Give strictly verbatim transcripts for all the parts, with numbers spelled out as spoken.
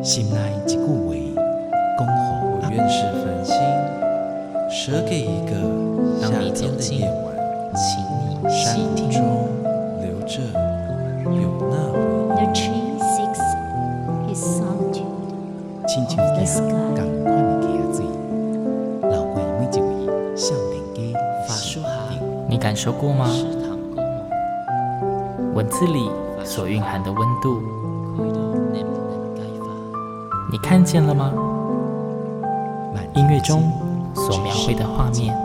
心内一句话，讲好我愿是繁星，舍给一个夏天的夜晚， 请你山细听。 中留着有那回 The tree seeks his solitude 亲像 of the 行 sky. 同款的溪水，流过每一位少年家法术行你感受过吗？ 食堂公梦， 文字里所蕴含的温度， 开到你不能解法。 你看见了吗？ 万音乐中所描绘的画面，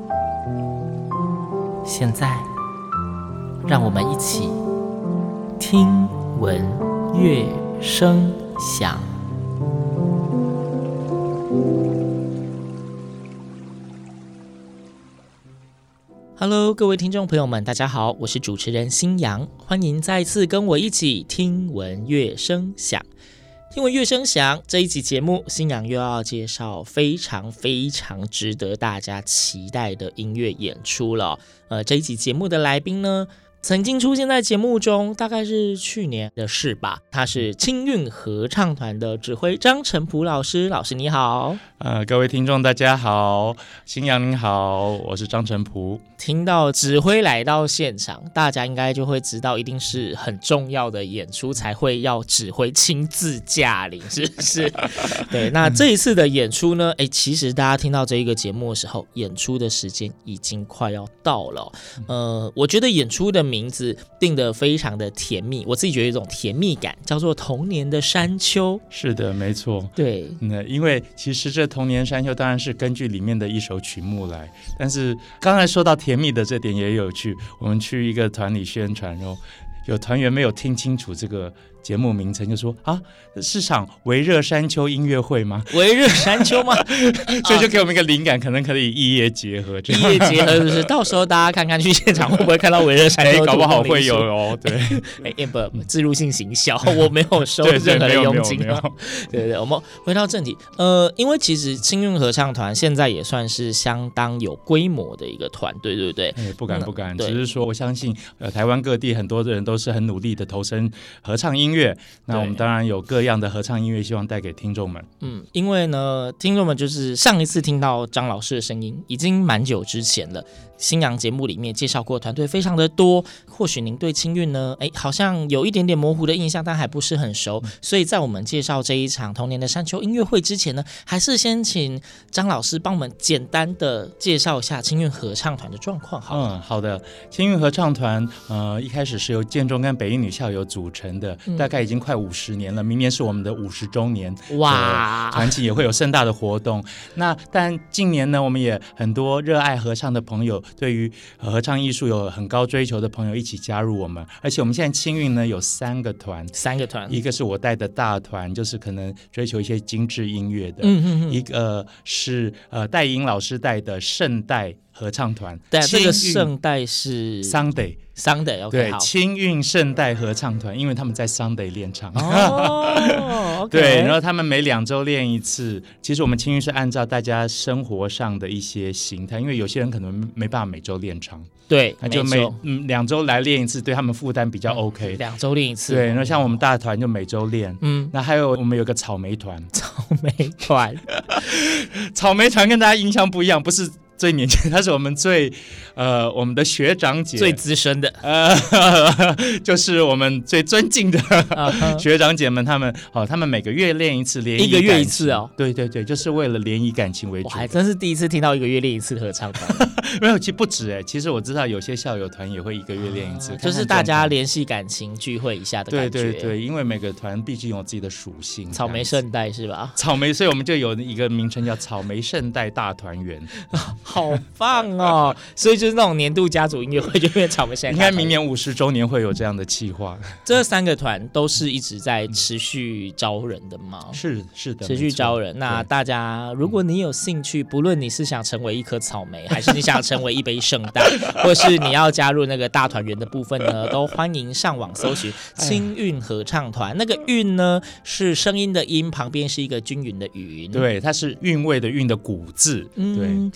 现在让我们一起听闻乐声响。Hello， 各位听众朋友们，大家好，我是主持人新阳，欢迎再次跟我一起听闻乐声响。听闻乐声响这一集节目，新阳又要介绍非常非常值得大家期待的音乐演出了。呃，这一集节目的来宾呢，曾经出现在节目中，大概是去年的事吧。他是青韵合唱团的指挥张成璞老师，老师你好。 呃，各位听众大家好，新阳您好，我是张成璞。 听到指挥来到现场，大家应该就会知道，一定是很重要的演出才会要指挥亲自驾临，是不是？对，那这一次的演出呢，哎，其实大家听到这一个节目的时候，演出的时间已经快要到了。呃，我觉得演出的名字定得非常的甜蜜，我自己觉得有一种甜蜜感，叫做《童年的山丘》。 是的，没错。 对， 那因为其实这《童年山丘》当然是根据里面的一首曲目来，但是刚才说到甜蜜的这点也有趣。我们去一个团里宣传，然后有团员没有听清楚这个节目名称，就说啊，是场微热山丘音乐会吗？ 微热山丘吗？ 所以就给我们一个灵感，可能可以异业结合这样， 异业结合是不是？到时候大家看看去现场会不会看到微热山丘？ 哎，搞不好会有哦。对， 哎，也不置入性行销，我没有收对任何的佣金没有没有没有啊。对对对，我们回到正题，呃，因为其实青韵合唱团现在也算是相当有规模的一个团队，对不对？ 哎，不敢不敢， 对只是说我相信，呃，台湾各地很多的人都是很努力的投身合唱音乐。那我们当然有各样的合唱音乐，希望带给听众们。 嗯，因为呢，听众们就是上一次听到张老师的声音，已经蛮久之前了。新阳节目里面介绍过团队非常的多，或许您对青韵呢，哎，好像有一点点模糊的印象，但还不是很熟。所以在我们介绍这一场童年的山丘音乐会之前呢，还是先请张老师帮我们简单的介绍一下青韵合唱团的状况好了。 嗯，好的。青韵合唱团，呃，一开始是由建中跟北一女校友组成的， 嗯大概已经快五十年了。明年是我们的五十周年， 哇， 团庆也会有盛大的活动。那但近年呢，我们也很多热爱合唱的朋友，对于合唱艺术有很高追求的朋友一起加入我们。而且我们现在青韵呢有三个团， 三个团， 一个是我带的大团，就是可能追求一些精致音乐的， 嗯嗯嗯， 一个是呃戴颖老师带的圣代合唱团， 对，这个青韵圣代是 Sunday。 Sunday， OK， 对， 好。 青韵圣代合唱团，因为他们在 Sunday 练唱。 哦，OK， 对，然后他们每两周练一次。其实我们青韵是按照大家生活上的一些形态，因为有些人可能没办法每周练唱， 对， 那就每没错嗯两周来练一次，对他们负担比较 OK。 两周练一次。 对，然后像我们大团就每周练。 嗯， 那还有我们有个草莓团， 草莓团， 草莓团跟大家印象不一样，不是最年轻，他是我们最呃我们的学长姐， 最资深的， 呃，就是我们最尊敬的学长姐们，他们哦，他们每个月练一次，联谊一个月感情一次哦。 对对对，就是为了联谊感情为主我。还真是第一次听到一个月练一次的合唱团， 没有，其实不止哎，其实我知道有些校友团也会一个月练一次，看看就是大家状况联系感情、聚会一下的对感觉。 对对，因为每个团毕竟有自己的属性。 草莓这样子圣代是吧？ 草莓，所以我们就有一个名称叫草莓圣代大团圆。 好棒哦！所以就是那种年度家族音乐会就变草莓圣代。 应该明年五十周年会有这样的企划。 这三个团都是一直在持续招人的吗？ 是是的， 持续没错招人。那对大家，如果你有兴趣，不论你是想成为一颗草莓，还是你想成为一杯圣代，或是你要加入那个大团圆的部分呢，都欢迎上网搜寻青韵合唱团。那个韵呢是声音的音，旁边是一个均匀的匀。 对，它是韵味的韵的古字。 嗯， 对， 所以大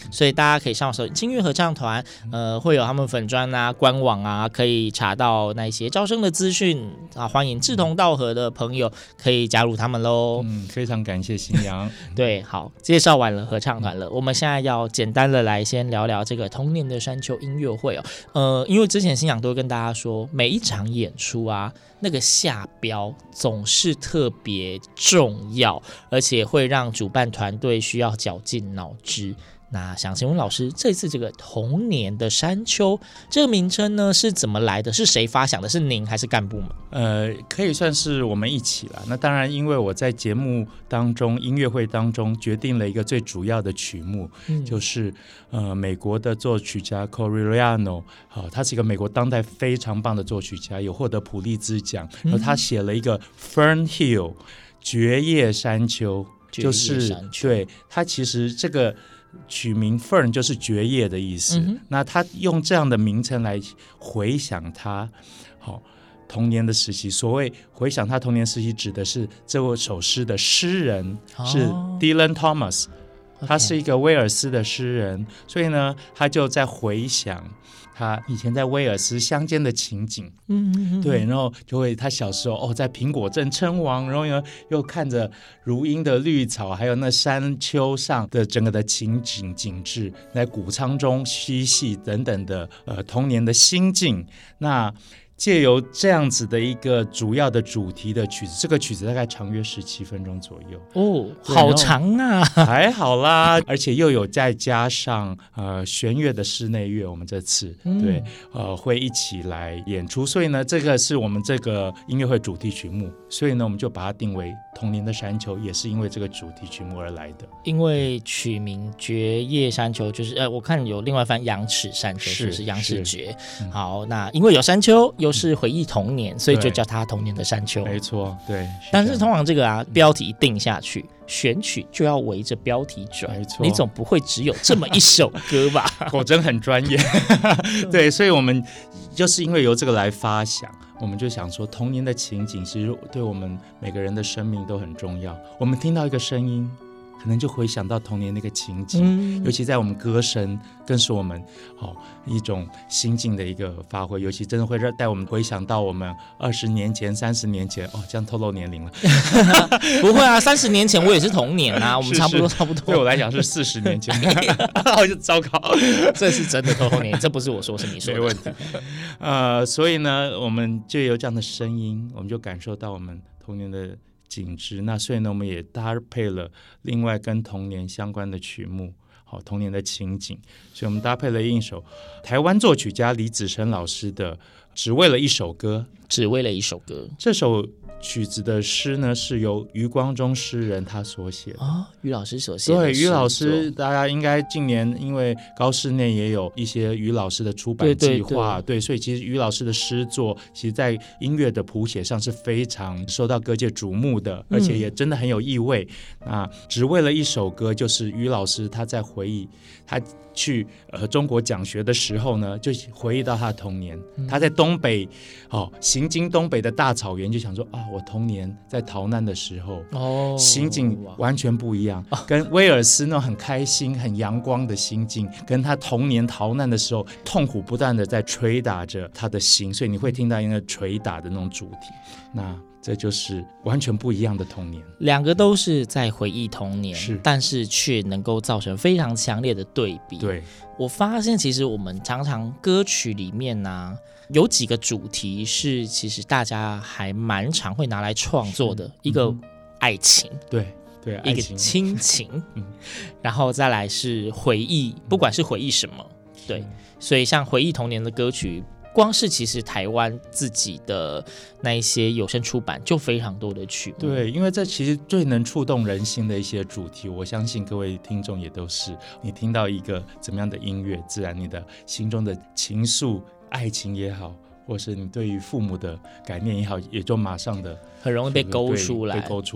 大家可以上手金乐合唱团，呃，会有他们粉专啊、官网啊，可以查到那些招生的资讯啊。欢迎志同道合的朋友可以加入他们喽。 嗯，非常感谢新阳。 对，好，介绍完了合唱团了，我们现在要简单的来先聊聊这个童年的山丘音乐会哦。呃，因为之前新阳都会跟大家说，每一场演出啊，那个下标总是特别重要，而且会让主办团队需要绞尽脑汁。那想请问老师，这次这个童年的山丘这个名称呢是怎么来的？是谁发想的？是您还是干部们？ 呃，可以算是我们一起啦。那当然，因为我在节目当中、音乐会当中决定了一个最主要的曲目，嗯、就是呃美国的作曲家 Corigliano， 好、哦，他是一个美国当代非常棒的作曲家，有获得普利兹奖。然后他写了一个 Fern Hill 绝叶山丘，就是对他其实这个。取名 Fern 就是蕨叶的意思、嗯、那他用这样的名称来回想他、哦、童年的时期。所谓回想他童年时期指的是这首诗的诗人、哦、是 Dylan Thomas， 他是一个威尔斯的诗人，所以呢他就在回想他以前在威尔斯乡间的情景，嗯嗯嗯，对，然后就会他小时候哦，在苹果镇称王，然后又又看着如茵的绿草，还有那山丘上的整个的情景景致，在谷仓中嬉戏等等的呃童年的心境。那借由这样子的一个主要的主题的曲子，这个曲子大概长约十七分钟左右哦，好长啊！ 还好啦，而且又有再加上呃弦乐的室内乐，我们这次、嗯、对呃会一起来演出，所以呢，这个是我们这个音乐会主题曲目，所以呢，我们就把它定为童年的山丘，也是因为这个主题曲目而来的。 因为取名蕨叶山丘，就是呃，我看有另外翻羊齿山丘，是就是羊齿蕨、嗯。好，那因为有山丘，有是回忆童年，所以就叫它童年的山丘。 没错，对。 但是通常这个啊，标题定下去，选曲就要围着标题转。 没错， 你总不会只有这么一首歌吧？ 果真很专业。对，所以我们就是因为由这个来发想，我们就想说，童年的情景其实对我们每个人的生命都很重要。我们听到一个声音，可能就回想到童年那个情景、嗯、尤其在我们歌声更是我们、哦、一种心境的一个发挥，尤其真的会带我们回想到我们二十年前三十年前。哦，这样透露年龄了。 不会啊，三十年前我也是童年啊，我们差不多差不多。 对我来讲是四十年前。我就糟糕， 这是真的透露年龄，这不是我说，是你说的。 没问题。呃，所以呢，我们就有这样的声音，我们就感受到我们童年的景致。那所以呢，我们也搭配了另外跟童年相关的曲目，好，童年的情景，所以我们搭配了一首台湾作曲家李子成老师的《只为了一首歌》。 只为了一首歌， 这首曲子的诗呢，是由余光中诗人他所写的哦，余老师所写的。 对，余老师大家应该近年因为高师内也有一些余老师的出版计划， 对, 对, 对, 对，所以其实余老师的诗作，其实在音乐的谱写上是非常受到各界瞩目的，而且也真的很有意味。嗯、那只为了一首歌，就是余老师他在回忆他去呃中国讲学的时候呢，就回忆到他的童年，嗯、他在东北哦行经东北的大草原，就想说啊，我童年在逃难的时候，哦，心境完全不一样，跟威尔斯那种很开心、很阳光的心境，跟他童年逃难的时候，痛苦不断的在捶打着他的心，所以你会听到一个捶打的那种主题。那这就是完全不一样的童年， 两个都是在回忆童年， 是， 但是却能够造成非常强烈的对比。 对， 我发现其实我们常常歌曲里面啊，有几个主题是其实大家还蛮常会拿来创作的，一个爱情， 对对， 一个亲情，嗯，然后再来是回忆，不管是回忆什么，对，所以像回忆童年的歌曲。光是其实台湾自己的那一些有声出版就非常多的曲目， 对，因为这其实最能触动人心的一些主题，我相信各位听众也都是，你听到一个怎么样的音乐，自然你的心中的情愫、爱情也好，或是你对于父母的感念也好，也就马上的很容易被勾出来， 被勾出来。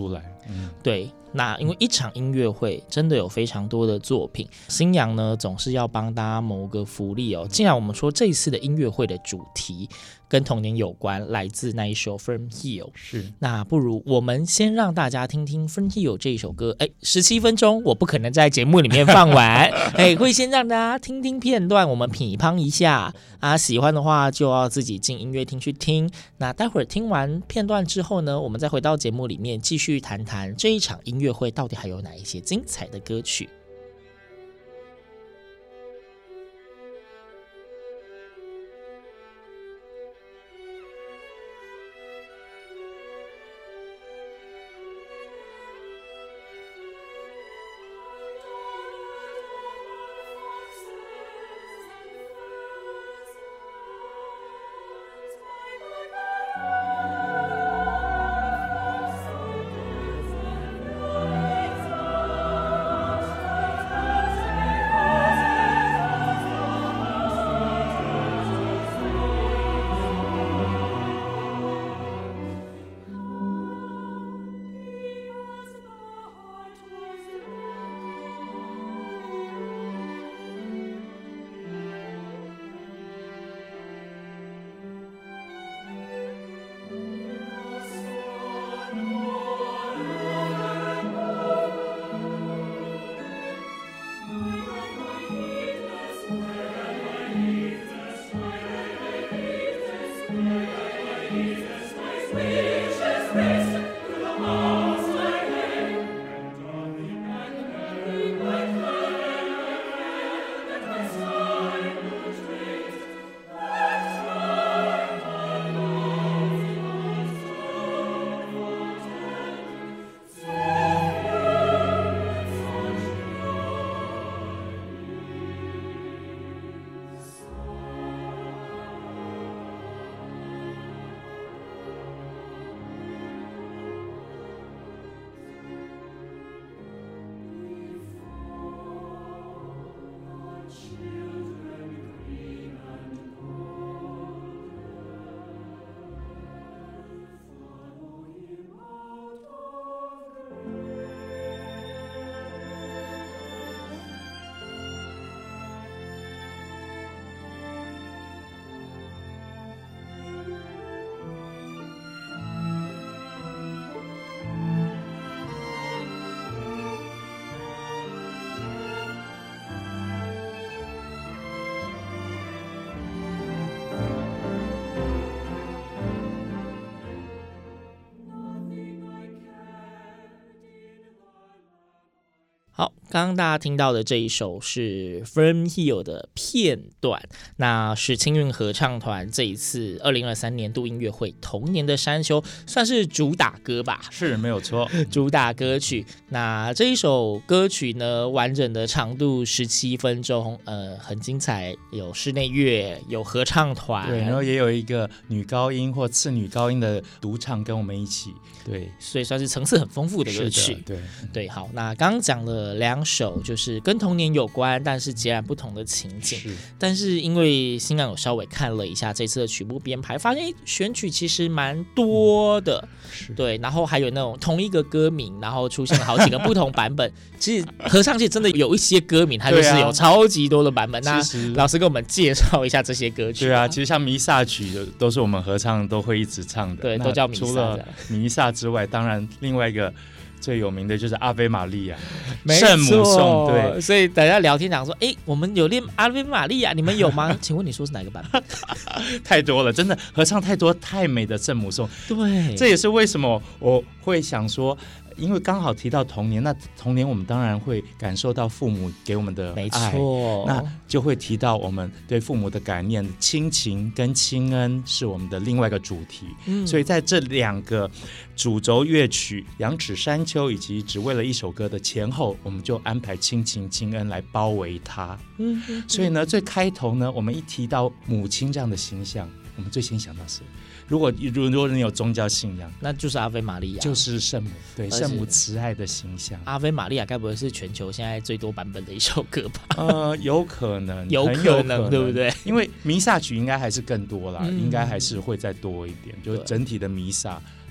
嗯， 对，那因为一场音乐会真的有非常多的作品，新阳呢总是要帮大家谋个福利哦。既然我们说这一次的音乐会的主题跟童年有关，来自那一首 From Hill， 是， 那不如我们先让大家听听 From Hill 这一首歌。哎，十七分钟我不可能在节目里面放完，哎，会先让大家听听片段，我们品乓一下啊。喜欢的话就要自己进音乐厅去听。那待会儿听完片段之后呢，我们再回到节目里面继续谈谈这一场音乐会到底还有哪一些精彩的歌曲。好，刚刚大家听到的这一首是 From Hill 的片段。那史清韵合唱团这一次二零二三年度音乐会《童年的山丘》算是主打歌吧？ 是没有错， 主打歌曲。那这一首歌曲呢，完整的长度十七分钟，呃，很精彩，有室内乐，有合唱团， 对，然后也有一个女高音或次女高音的独唱跟我们一起，对， 所以算是层次很丰富的歌曲。 对对，好，那刚刚讲了两首，就是跟童年有关，但是截然不同的情景。 是， 但是因为新阳有稍微看了一下这次的曲目编排，发现选曲其实蛮多的， 是对，然后还有那种同一个歌名，然后出现了好几个不同版本。其实合唱界真的有一些歌名，它就是有超级多的版本。那老师给我们介绍一下这些歌曲。 对啊，其实像弥撒曲都是我们合唱都会一直唱的， 对，都叫弥撒。 除了弥撒之外，当然另外一个最有名的就是阿菲玛利亚圣母颂。对， 所以大家聊天讲说，哎，我们有练阿菲玛利亚，你们有吗？请问你说是哪个版本？ 太多了，真的合唱太多太美的圣母颂。 对， 这也是为什么我会想说，因为刚好提到童年，那童年我们当然会感受到父母给我们的爱， 没错， 那就会提到我们对父母的感念，亲情跟亲恩是我们的另外一个主题。嗯，所以在这两个主轴乐曲《羊齿山丘》以及《只为了一首歌》的前后，我们就安排亲情亲恩来包围它。嗯，所以呢，最开头呢，我们一提到母亲这样的形象，我们最先想到谁？如果如果你有宗教信仰， 那就是阿菲玛利亚， 就是圣母，对，圣母慈爱的形象。 阿菲玛利亚该不会是全球现在最多版本的一首歌吧？ 呃，有可能， 有可能， 有可能对不对？ 因为弥撒曲应该还是更多啦， 嗯、 应该还是会再多一点，就是整体的弥撒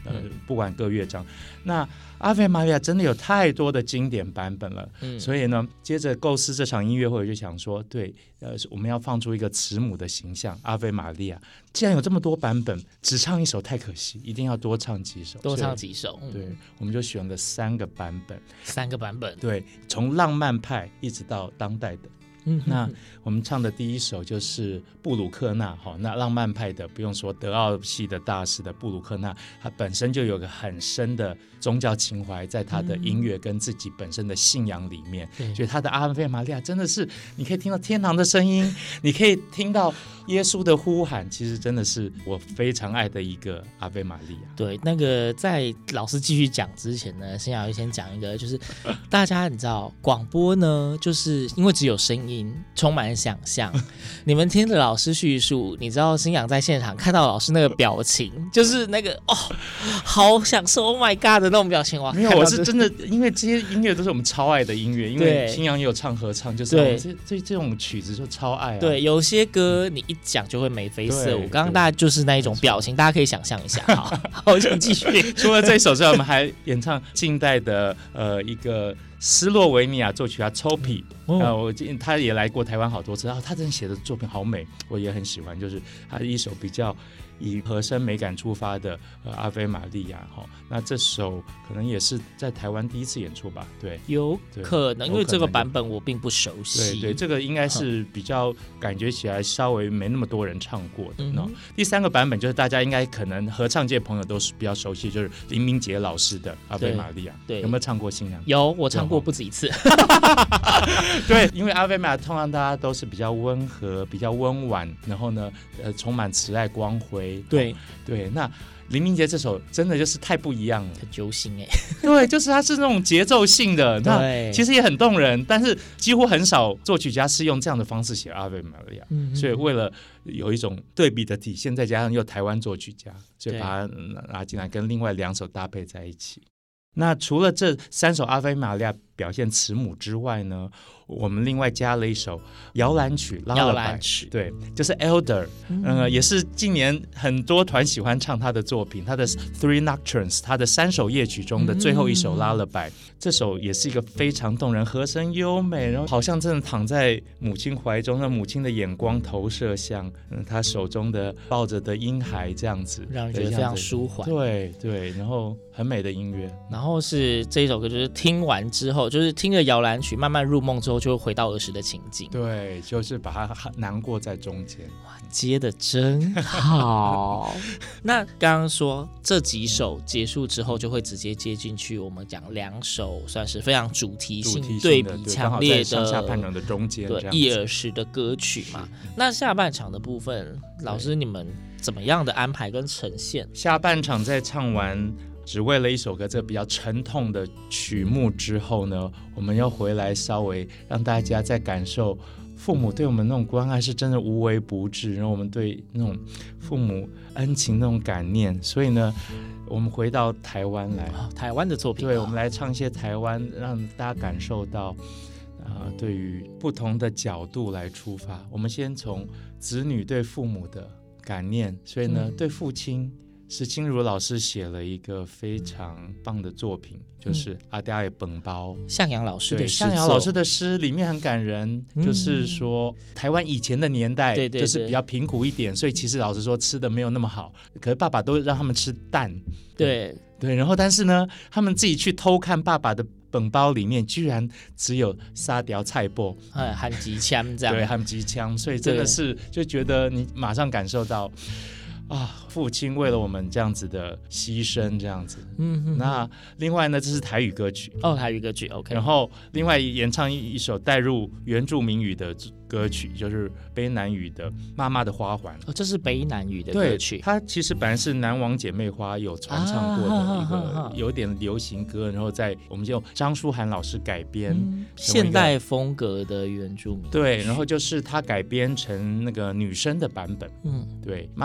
呃，不管各乐章。那阿菲玛利亚真的有太多的经典版本了，嗯、所以呢，接着构思这场音乐会，就想说，对，呃，我们要放出一个慈母的形象，阿菲玛利亚。既然有这么多版本，只唱一首太可惜，一定要多唱几首， 多唱几首。 嗯、对，我们就选了三个版本， 三个版本， 对，从浪漫派一直到当代的。嗯，那我们唱的第一首就是布鲁克纳，哈，那浪漫派的不用说，德奥系的大师的布鲁克纳，他本身就有个很深的宗教情怀在他的音乐跟自己本身的信仰里面，嗯、所以他的阿菲玛利亚真的是你可以听到天堂的声音，你可以听到耶稣的呼喊，其实真的是我非常爱的一个阿菲玛利亚。 对，那个在老师继续讲之前呢，先要先讲一个，就是大家你知道广播呢，就是因为只有声音。充满想象，你们听着老师叙述，你知道新阳在现场看到老师那个表情，就是那个哦，好享受 ，Oh my God 的那种表情哇！ 没有，我是真的，因为这些音乐都是我们超爱的音乐，因为新阳也有唱合唱，就是这这这种曲子就超爱啊。 对，有些歌你一讲就会眉飞色舞，刚刚大家就是那一种表情，大家可以想象一下。好，好，请继续。 除了这首之外，我们还演唱近代的呃一个。斯洛维尼亚作曲家 Topi， 哦呃、我他也来过台湾好多次，然后他真的写的作品好美，我也很喜欢。就是他的一首比较以和声美感出发的呃阿菲玛利亚，哦，那这首可能也是在台湾第一次演出吧？对， 有可能，因为这个版本我并不熟悉。 对对，这个应该是比较感觉起来稍微没那么多人唱过的。嗯、第三个版本就是大家应该可能合唱界朋友都是比较熟悉，就是林明杰老师的阿菲玛利亚。对，有没有唱过新娘？ 有，我唱过不止一次。 对，因为阿菲玛利亚通常大家都是比较温和、比较温婉，然后呢，呃，充满慈爱光辉。 对对，那林明杰这首真的就是太不一样了， 很揪心哎。 对，就是它是那种节奏性的，那其实也很动人，但是几乎很少作曲家是用这样的方式写阿菲玛利亚，嗯、所以为了有一种对比的体现，再加上又台湾作曲家，所以把它拿进来跟另外两首搭配在一起。那除了这三首阿菲玛利亚表现慈母之外呢，我们另外加了一首摇篮曲， 摇篮曲， 对，就是 Elder， 嗯、呃，也是近年很多团喜欢唱他的作品，他的 Three Nocturnes， 他的三首夜曲中的最后一首 Lullaby，、嗯、这首也是一个非常动人，和声优美，然后好像真的躺在母亲怀中，那母亲的眼光投射向嗯他手中的抱着的婴孩，这样子， 让人觉得非常舒缓。 对对，然后很美的音乐， 然后是这一首歌，就是听完之后，就是听了摇篮曲，慢慢入梦之后，就会回到儿时的情境。 对，就是把它难过在中间。 哇，接的真好。那刚刚说这几首结束之后，就会直接接进去，我们讲两首算是非常主题性、 主题性对比强烈的上下半场的中间， 对一儿时的歌曲嘛。那下半场的部分，老师你们怎么样的安排跟呈现？ 下半场在唱完只为了一首歌这比较沉痛的曲目之后呢，我们要回来稍微让大家再感受父母对我们那种关爱是真的无微不至，然后我们对那种父母恩情那种感念，所以呢我们回到台湾来、 哦、台湾的作品， 对，我们来唱一些台湾，让大家感受到呃、对于不同的角度来出发。我们先从子女对父母的感念，所以呢、嗯、对父亲石清如老师写了一个非常棒的作品，就是《阿爹的本包》， 向阳老师的诗， 向阳老师的诗里面很感人、嗯、就是说台湾以前的年代对对对就是比较贫苦一点，所以其实老实说吃的没有那么好，可是爸爸都让他们吃蛋， 对对，然后但是呢他们自己去偷看爸爸的本包里面居然只有沙条菜脯， 哎，含机枪这样， 对，含机枪，所以真的是就觉得你马上感受到啊，父亲为了我们这样子的牺牲，这样子。嗯哼哼。那另外呢，这是台语歌曲哦，台语歌曲 ，OK。 然后另外演唱一一首带入原住民语的歌曲，就是卑南语的《妈妈的花环》。 哦，这是卑南语的歌曲。 它其实本来是南王姐妹花有传唱过的一个、啊、有点流行歌，然后在我们就张书涵老师改编、嗯、 现代风格的原住民。 对，然后就是他改编成那个女生的版本。嗯，对，《妈妈的花环》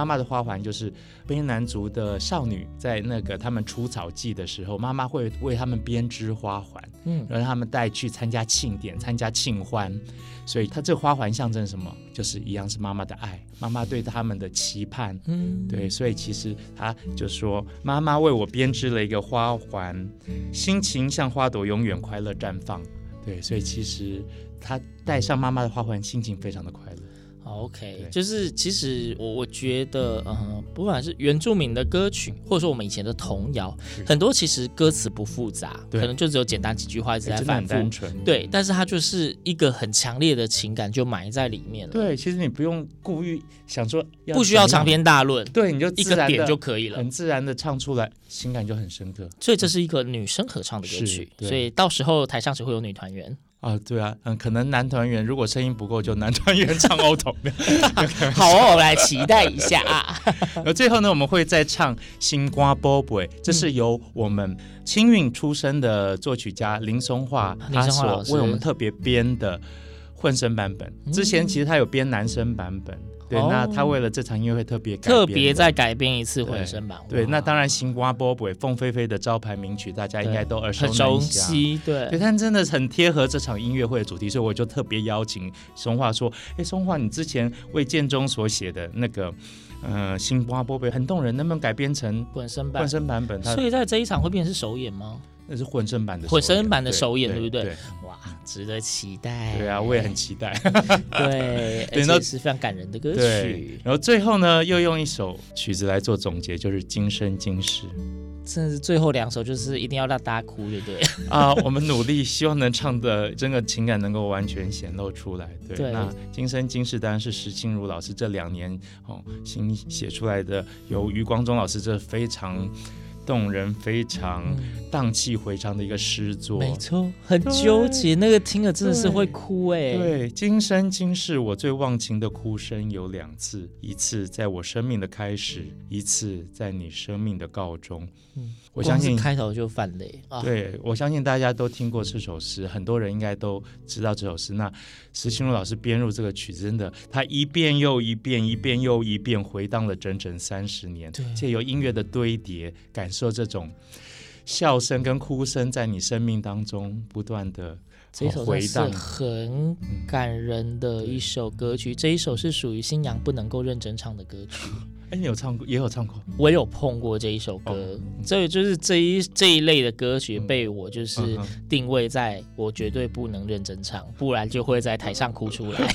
环，就是卑南族的少女在那个他们除草季的时候，妈妈会为他们编织花环，嗯，然后他们带去参加庆典、参加庆欢，所以它这个花环象征什么？就是一样是妈妈的爱，妈妈对他们的期盼，嗯，对，所以其实他就说，妈妈为我编织了一个花环，心情像花朵永远快乐绽放。对，所以其实他戴上妈妈的花环，心情非常的快乐。 OK， 就是其实我我觉得，呃，不管是原住民的歌曲，或者说我们以前的童谣，很多其实歌词不复杂，可能就只有简单几句话一直在反复， 真的很单纯。 对，但是它就是一个很强烈的情感就埋在里面了。 对，其实你不用故意想说要， 不需要长篇大论， 对，你就一个点就可以了， 很自然的唱出来，情感就很深刻。 所以这是一个女生合唱的歌曲，所以到时候台上只会有女团员。 啊，对啊，嗯，可能男团员如果声音不够，就男团员唱欧童。 好哦，我来期待一下啊。 然后最后呢，我们会再唱《星光宝贝》，这是由我们清韵出身的作曲家林松化他所为我们特别编的混声版本。之前其实他有编男声版本。对，那他为了这场音乐会特别改编， 特别再改编一次混声版。 对，对那当然《星光宝贝》凤飞飞的招牌名曲，大家应该都耳熟能详。 很熟悉，对， 对，但真的很贴合这场音乐会的主题，所以我就特别邀请松化说：“哎，松化，你之前为建中所写的那个呃《星光宝贝》很动人，能不能改编成混声版？混声版本？ 所以在这一场会变成是首演吗？” 那是混声版的混声版的首演， 对, 对不对？ 对哇，值得期待。 对啊，我也很期待。 对，而且是非常感人的歌曲。 然后最后呢，又用一首曲子来做总结，就是《今生今世》。 真的是最后两首，就是一定要让大家哭，对不对？ 啊，我们努力，希望能唱的真的情感能够完全显露出来。对，对那《今生今世》当然是石清如老师这两年哦新写出来的，由余光中老师这非常动人、非常荡气回肠的一个诗作， 没错，很纠结，那个听了真的是会哭哎。 对，今生今世，我最忘情的哭声有两次，一次在我生命的开始，一次在你生命的告终。嗯，我相信开头就泛泪。 啊、对，我相信大家都听过这首诗，很多人应该都知道这首诗。那石清如老师编入这个曲子，真的，他一遍又一遍，一遍又一遍，回荡了整整三十年，借由音乐的堆叠，感受这种笑声跟哭声在你生命当中不断的这一首是很感人的一首歌曲，嗯、这一首是属于新阳不能够认真唱的歌曲。 哎，你有唱过，也有唱过， 我有碰过这一首歌，哦嗯、所以就是这一这一类的歌曲被我就是定位在我绝对不能认真唱，不然就会在台上哭出来。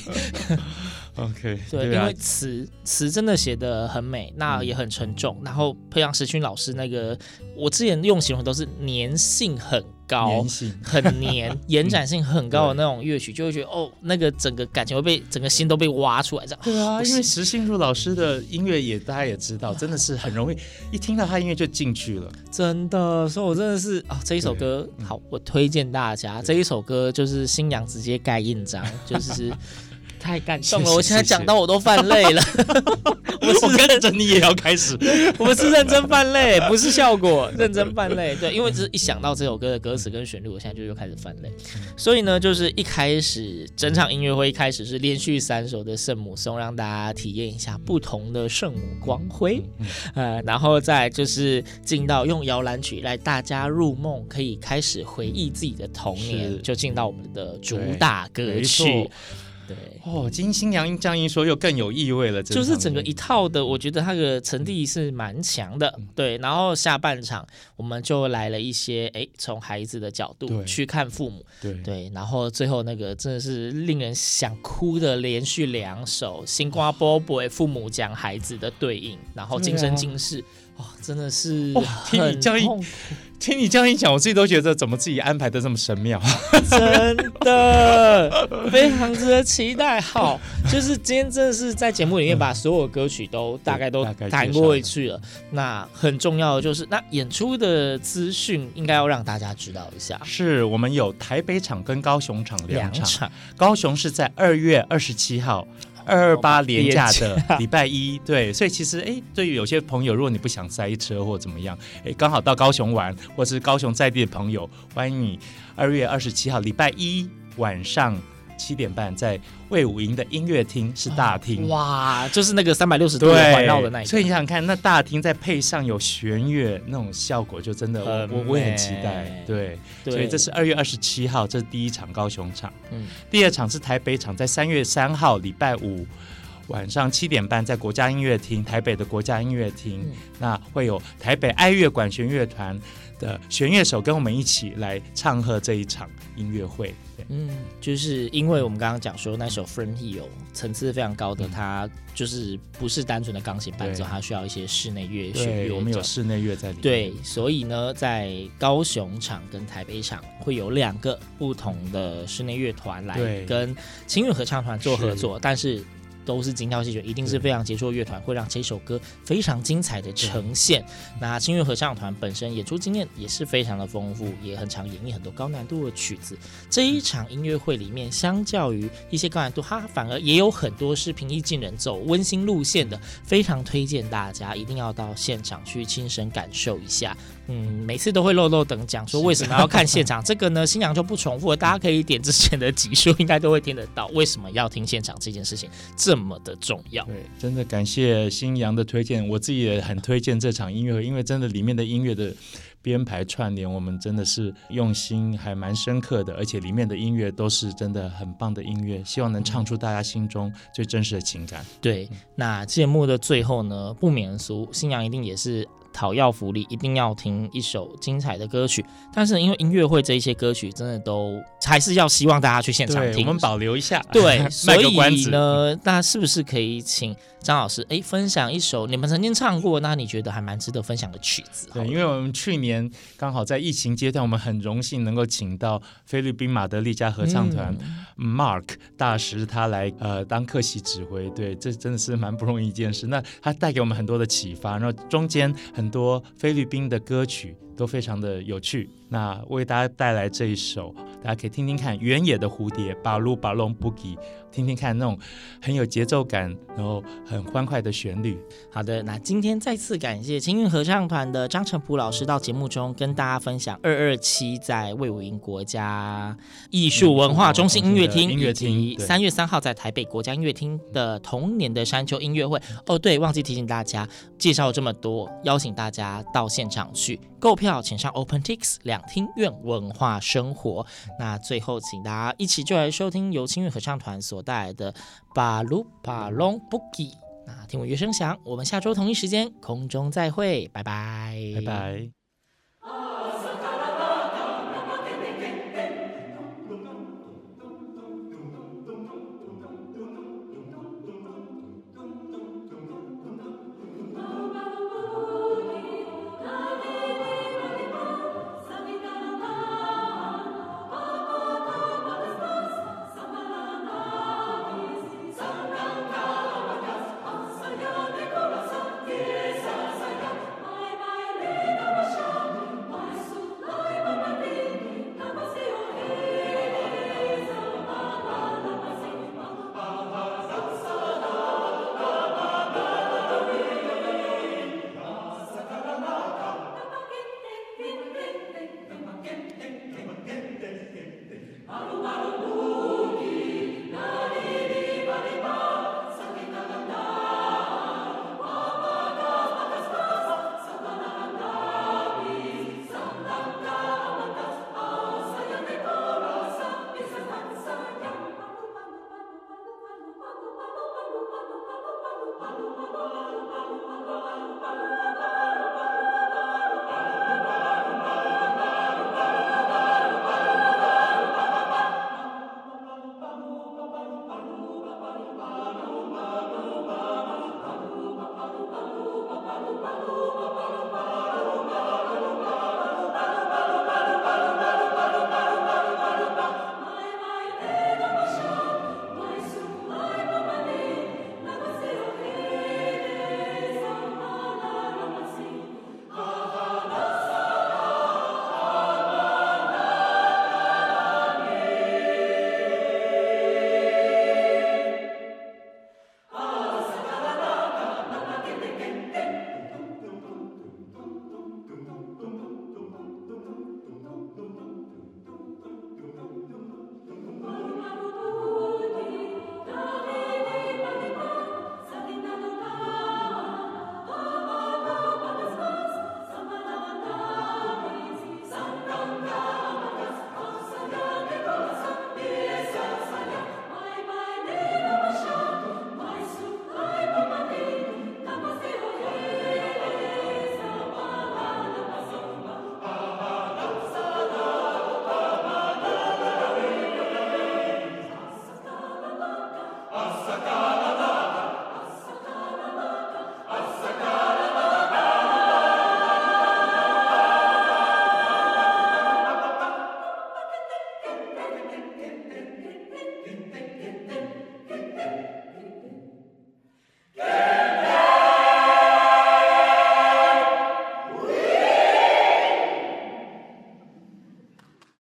OK， 对， 对啊、 因为词词真的写得很美，那也很沉重，嗯、然后配上石清老师那个，我之前用形容都是粘性很高， 粘性很粘，延展性很高的那种乐曲，就会觉得哦，那个整个感情会被整个心都被挖出来，这样。 对啊，因为石清如老师的音乐也大家也知道，真的是很容易一听到他音乐就进去了， 真的。所以我真的是啊、哦，这一首歌、嗯、好，我推荐大家这一首歌，就是新阳直接盖印章，就是太感动了。我现在讲到我都泛泪了。 我是跟着你也要开始， 我是认真泛泪，不是效果，认真泛泪。对，因为只是一想到这首歌的歌词跟旋律，我现在就又开始泛泪。所以呢，就是一开始整场音乐会一开始是连续三首的圣母颂，让大家体验一下不同的圣母光辉。呃，然后再就是进到用摇篮曲来大家入梦，可以开始回忆自己的童年，就进到我们的主打歌曲。对哦，金星阳这样一说又更有意味了， 就是整个一套的，我觉得它的层次是蛮强的。嗯、对，然后下半场我们就来了一些，哎，从孩子的角度去看父母， 对对，然后最后那个真的是令人想哭的连续两首《星光宝贝》，父母讲孩子的对应，然后今生今世。哦，真的是很痛苦。 听你这样一讲，我自己都觉得怎么自己安排的这么神妙， 真的非常值得期待。好，就是今天真的是在节目里面把所有歌曲都大概都谈过去了。那很重要的就是，那演出的资讯应该要让大家知道一下。 是我们有台北场跟高雄场两场， 两场高雄是在二月二十七号。二二八连假的礼拜一，对，所以其实哎，对于有些朋友，如果你不想塞车或怎么样，哎，刚好到高雄玩，或是高雄在地的朋友，欢迎你二月二十七号礼拜一晚上七点半在卫武营的音乐厅，是大厅。 哇，就是那个三百六十度环绕的那一个。 所以你想想看，那大厅再配上有弦乐，那种效果就真的我我也很期待。对， 对， 所以这是二月二十七号，这是第一场高雄场。 嗯， 第二场是台北场，在三月三号礼拜五晚上七点半，在国家音乐厅，台北的国家音乐厅，嗯、那会有台北爱乐管弦乐团的弦乐手跟我们一起来唱和这一场音乐会。 嗯，就是因为我们刚刚讲说那首 Friend Hill 层次非常高的，嗯、它就是不是单纯的钢琴伴奏，它需要一些室内乐弦乐， 我们有室内乐在里面。 对，所以呢，在高雄场跟台北场会有两个不同的室内乐团来跟清韵合唱团做合作，但是都是精挑细选，一定是非常杰出的乐团，会让这首歌非常精彩的呈现。那清韵合唱团本身演出经验也是非常的丰富，也很常演绎很多高难度的曲子。这一场音乐会里面，相较于一些高难度，它反而也有很多是平易近人、走温馨路线的，非常推荐大家一定要到现场去亲身感受一下。嗯，每次都会漏漏等讲说为什么要看现场，这个呢，新阳就不重复了，大家可以点之前的集数，应该都会听得到为什么要听现场这件事情这么的重要。 对，真的感谢新阳的推荐，我自己也很推荐这场音乐会，因为真的里面的音乐的编排串联，我们真的是用心还蛮深刻的，而且里面的音乐都是真的很棒的音乐，希望能唱出大家心中最真实的情感。 对，那节目的最后呢，不免俗，新阳一定也是讨要福利，一定要听一首精彩的歌曲，但是因为音乐会这一些歌曲真的都还是要希望大家去现场听， 我们保留一下。 对，所以呢，那是不是可以请张老师哎分享一首你们曾经唱过，那你觉得还蛮值得分享的曲子？ 对，因为我们去年刚好在疫情阶段，我们很荣幸能够请到菲律宾马德里加合唱团、嗯、Mark 大师他来呃当客席指挥，对，这真的是蛮不容易一件事。那他带给我们很多的启发，然后中间很多菲律宾的歌曲都非常的有趣。那为大家带来这一首，大家可以听听看原野的蝴蝶巴鲁巴隆布吉，听听看那种很有节奏感然后很欢快的旋律。 好的，那今天再次感谢清韵合唱团的张成璞老师到节目中跟大家分享二二七在卫武营国家艺术文化中心音乐厅以及三月三号在台北国家音乐厅的同年的山丘音乐会。哦对，忘记提醒大家，介绍这么多，邀请大家到现场去购票，请上 OpenTix 两厅院文化生活。那最后请大家一起就来收听由清韵合唱团所带来的巴鲁巴隆布吉。那听我乐声响，我们下周同一时间空中再会，拜拜， 拜拜。